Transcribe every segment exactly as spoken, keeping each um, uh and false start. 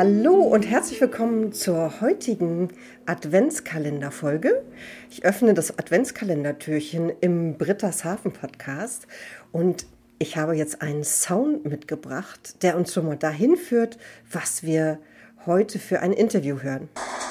Hallo und herzlich willkommen zur heutigen Adventskalenderfolge. Ich öffne das Adventskalendertürchen im Britta's Hafen Podcast und ich habe jetzt einen Sound mitgebracht, der uns schon mal dahin führt, was wir heute für ein Interview hören.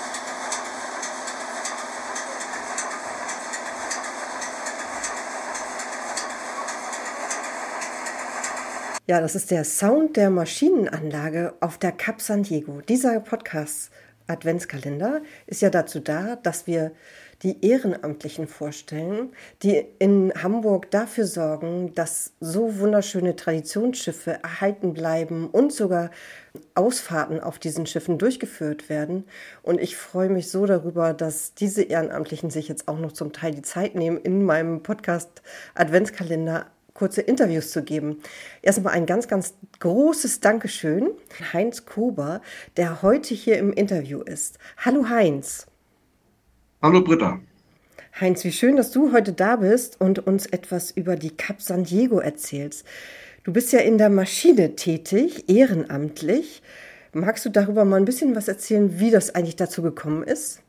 Ja, das ist der Sound der Maschinenanlage auf der Cap San Diego. Dieser Podcast-Adventskalender ist ja dazu da, dass wir die Ehrenamtlichen vorstellen, die in Hamburg dafür sorgen, dass so wunderschöne Traditionsschiffe erhalten bleiben und sogar Ausfahrten auf diesen Schiffen durchgeführt werden. Und ich freue mich so darüber, dass diese Ehrenamtlichen sich jetzt auch noch zum Teil die Zeit nehmen, in meinem Podcast-Adventskalender kurze Interviews zu geben. Erstmal ein ganz, ganz großes Dankeschön an Heinz Kober, der heute hier im Interview ist. Hallo Heinz. Hallo Britta. Heinz, wie schön, dass du heute da bist und uns etwas über die Cap San Diego erzählst. Du bist ja in der Maschine tätig, ehrenamtlich. Magst du darüber mal ein bisschen was erzählen, wie das eigentlich dazu gekommen ist?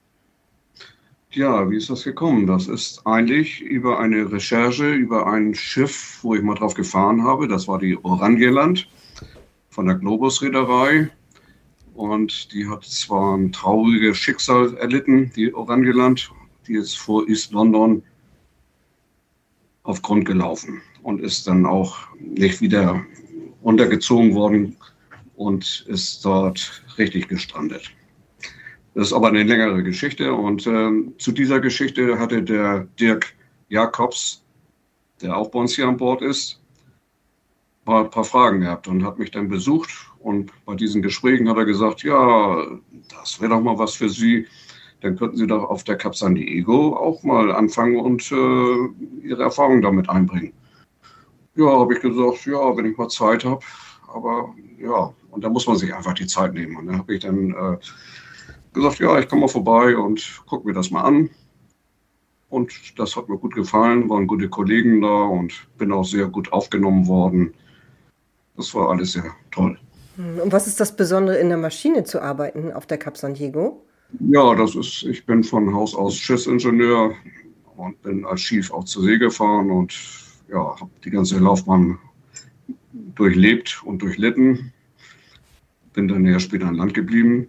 Ja, wie ist das gekommen? Das ist eigentlich über eine Recherche, über ein Schiff, wo ich mal drauf gefahren habe. Das war die Oranjeland von der Globus-Reederei. Und die hat zwar ein trauriges Schicksal erlitten, die Oranjeland. Die ist vor East London auf Grund gelaufen und ist dann auch nicht wieder untergezogen worden und ist dort richtig gestrandet. Das ist aber eine längere Geschichte und äh, zu dieser Geschichte hatte der Dirk Jacobs, der auch bei uns hier an Bord ist, ein paar Fragen gehabt und hat mich dann besucht und bei diesen Gesprächen hat er gesagt, ja, das wäre doch mal was für Sie, dann könnten Sie doch auf der Cap San Diego auch mal anfangen und äh, Ihre Erfahrungen damit einbringen. Ja, habe ich gesagt, ja, wenn ich mal Zeit habe, aber ja, und da muss man sich einfach die Zeit nehmen und dann habe ich dann äh, gesagt, ja, ich komme mal vorbei und gucke mir das mal an. Und das hat mir gut gefallen, waren gute Kollegen da und bin auch sehr gut aufgenommen worden. Das war alles sehr toll. Und was ist das Besondere, in der Maschine zu arbeiten auf der Cap San Diego? Ja, das ist, ich bin von Haus aus Schiffsingenieur und bin als Chief auch zur See gefahren und ja, habe die ganze Laufbahn durchlebt und durchlitten. Bin dann ja später an Land geblieben.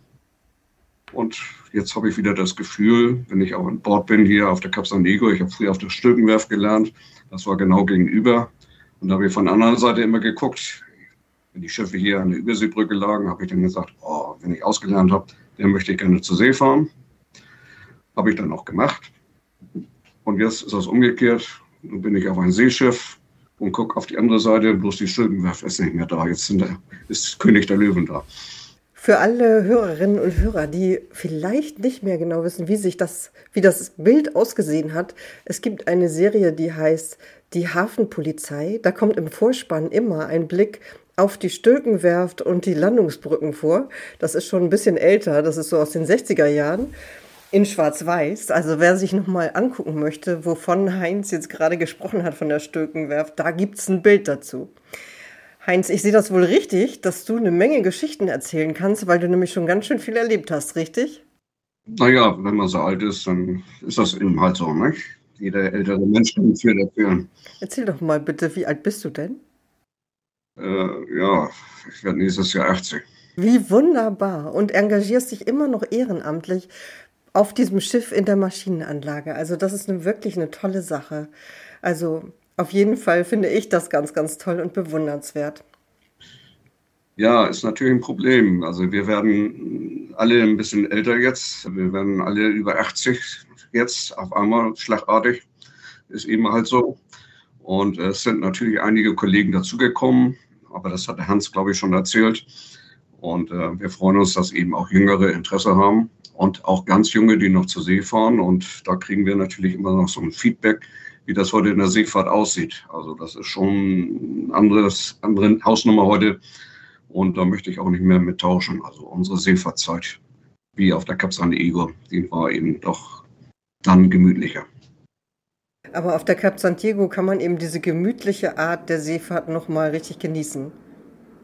Und jetzt habe ich wieder das Gefühl, wenn ich auch an Bord bin hier auf der Cap San Diego, ich habe früher auf der Stülpenwerft gelernt, das war genau gegenüber. Und da habe ich von der anderen Seite immer geguckt, wenn die Schiffe hier an der Überseebrücke lagen, habe ich dann gesagt, oh, wenn ich ausgelernt habe, dann möchte ich gerne zur See fahren. Habe ich dann auch gemacht. Und jetzt ist das umgekehrt. Nun bin ich auf ein Seeschiff und gucke auf die andere Seite, bloß die Stülpenwerft ist nicht mehr da. Jetzt sind da, ist König der Löwen da. Für alle Hörerinnen und Hörer, die vielleicht nicht mehr genau wissen, wie sich das, wie das Bild ausgesehen hat, es gibt eine Serie, die heißt Die Hafenpolizei. Da kommt im Vorspann immer ein Blick auf die Stülpenwerft und die Landungsbrücken vor. Das ist schon ein bisschen älter, das ist so aus den sechziger Jahren in Schwarz-Weiß. Also wer sich nochmal angucken möchte, wovon Heinz jetzt gerade gesprochen hat von der Stülpenwerft, da gibt es ein Bild dazu. Heinz, ich sehe das wohl richtig, dass du eine Menge Geschichten erzählen kannst, weil du nämlich schon ganz schön viel erlebt hast, richtig? Naja, wenn man so alt ist, dann ist das eben halt so, nicht? Jeder ältere Mensch kann viel erzählen. Erzähl doch mal bitte, wie alt bist du denn? Äh, ja, ich werde nächstes Jahr achtzig. Wie wunderbar. Und engagierst dich immer noch ehrenamtlich auf diesem Schiff in der Maschinenanlage. Also das ist eine, wirklich eine tolle Sache. Also auf jeden Fall finde ich das ganz, ganz toll und bewundernswert. Ja, ist natürlich ein Problem. Also wir werden alle ein bisschen älter jetzt. Wir werden alle über achtzig jetzt auf einmal schlagartig. Ist eben halt so. Und es sind natürlich einige Kollegen dazugekommen. Aber das hat der Hans, glaube ich, schon erzählt. Und äh, wir freuen uns, dass eben auch Jüngere Interesse haben. Und auch ganz Junge, die noch zur See fahren. Und da kriegen wir natürlich immer noch so ein Feedback, wie das heute in der Seefahrt aussieht. Also das ist schon eine anderes, andere Hausnummer heute und da möchte ich auch nicht mehr mit tauschen. Also unsere Seefahrtzeit, wie auf der Cap San Diego, die war eben doch dann gemütlicher. Aber auf der Cap San Diego kann man eben diese gemütliche Art der Seefahrt nochmal richtig genießen.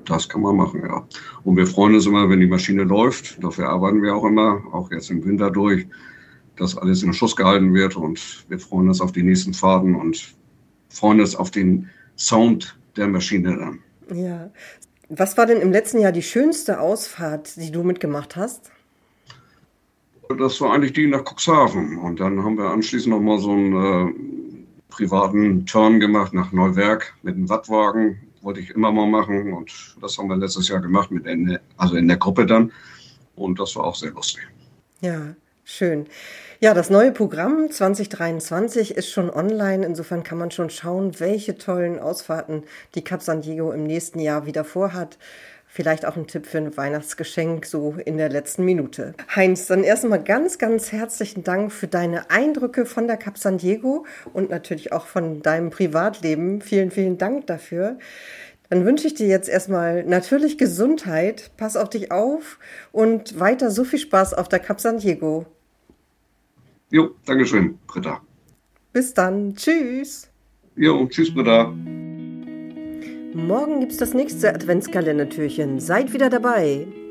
Das kann man machen, ja. Und wir freuen uns immer, wenn die Maschine läuft. Dafür arbeiten wir auch immer, auch jetzt im Winter durch, dass alles in Schuss gehalten wird. Und wir freuen uns auf die nächsten Fahrten und freuen uns auf den Sound der Maschine dann. Ja. Was war denn im letzten Jahr die schönste Ausfahrt, die du mitgemacht hast? Das war eigentlich die nach Cuxhaven. Und dann haben wir anschließend nochmal so einen äh, privaten Turn gemacht nach Neuwerk mit einem Wattwagen. Wollte ich immer mal machen. Und das haben wir letztes Jahr gemacht, mit in, also in der Gruppe dann. Und das war auch sehr lustig. Ja, schön. Ja, das neue Programm zwanzig dreiundzwanzig ist schon online. Insofern kann man schon schauen, welche tollen Ausfahrten die Cap San Diego im nächsten Jahr wieder vorhat. Vielleicht auch ein Tipp für ein Weihnachtsgeschenk so in der letzten Minute. Heinz, dann erst einmal ganz, ganz herzlichen Dank für deine Eindrücke von der Cap San Diego und natürlich auch von deinem Privatleben. Vielen, vielen Dank dafür. Dann wünsche ich dir jetzt erstmal natürlich Gesundheit, pass auf dich auf und weiter so viel Spaß auf der Cap San Diego. Jo, Dankeschön, Britta. Bis dann. Tschüss. Jo, tschüss, Britta. Morgen gibt's das nächste Adventskalendertürchen. Seid wieder dabei.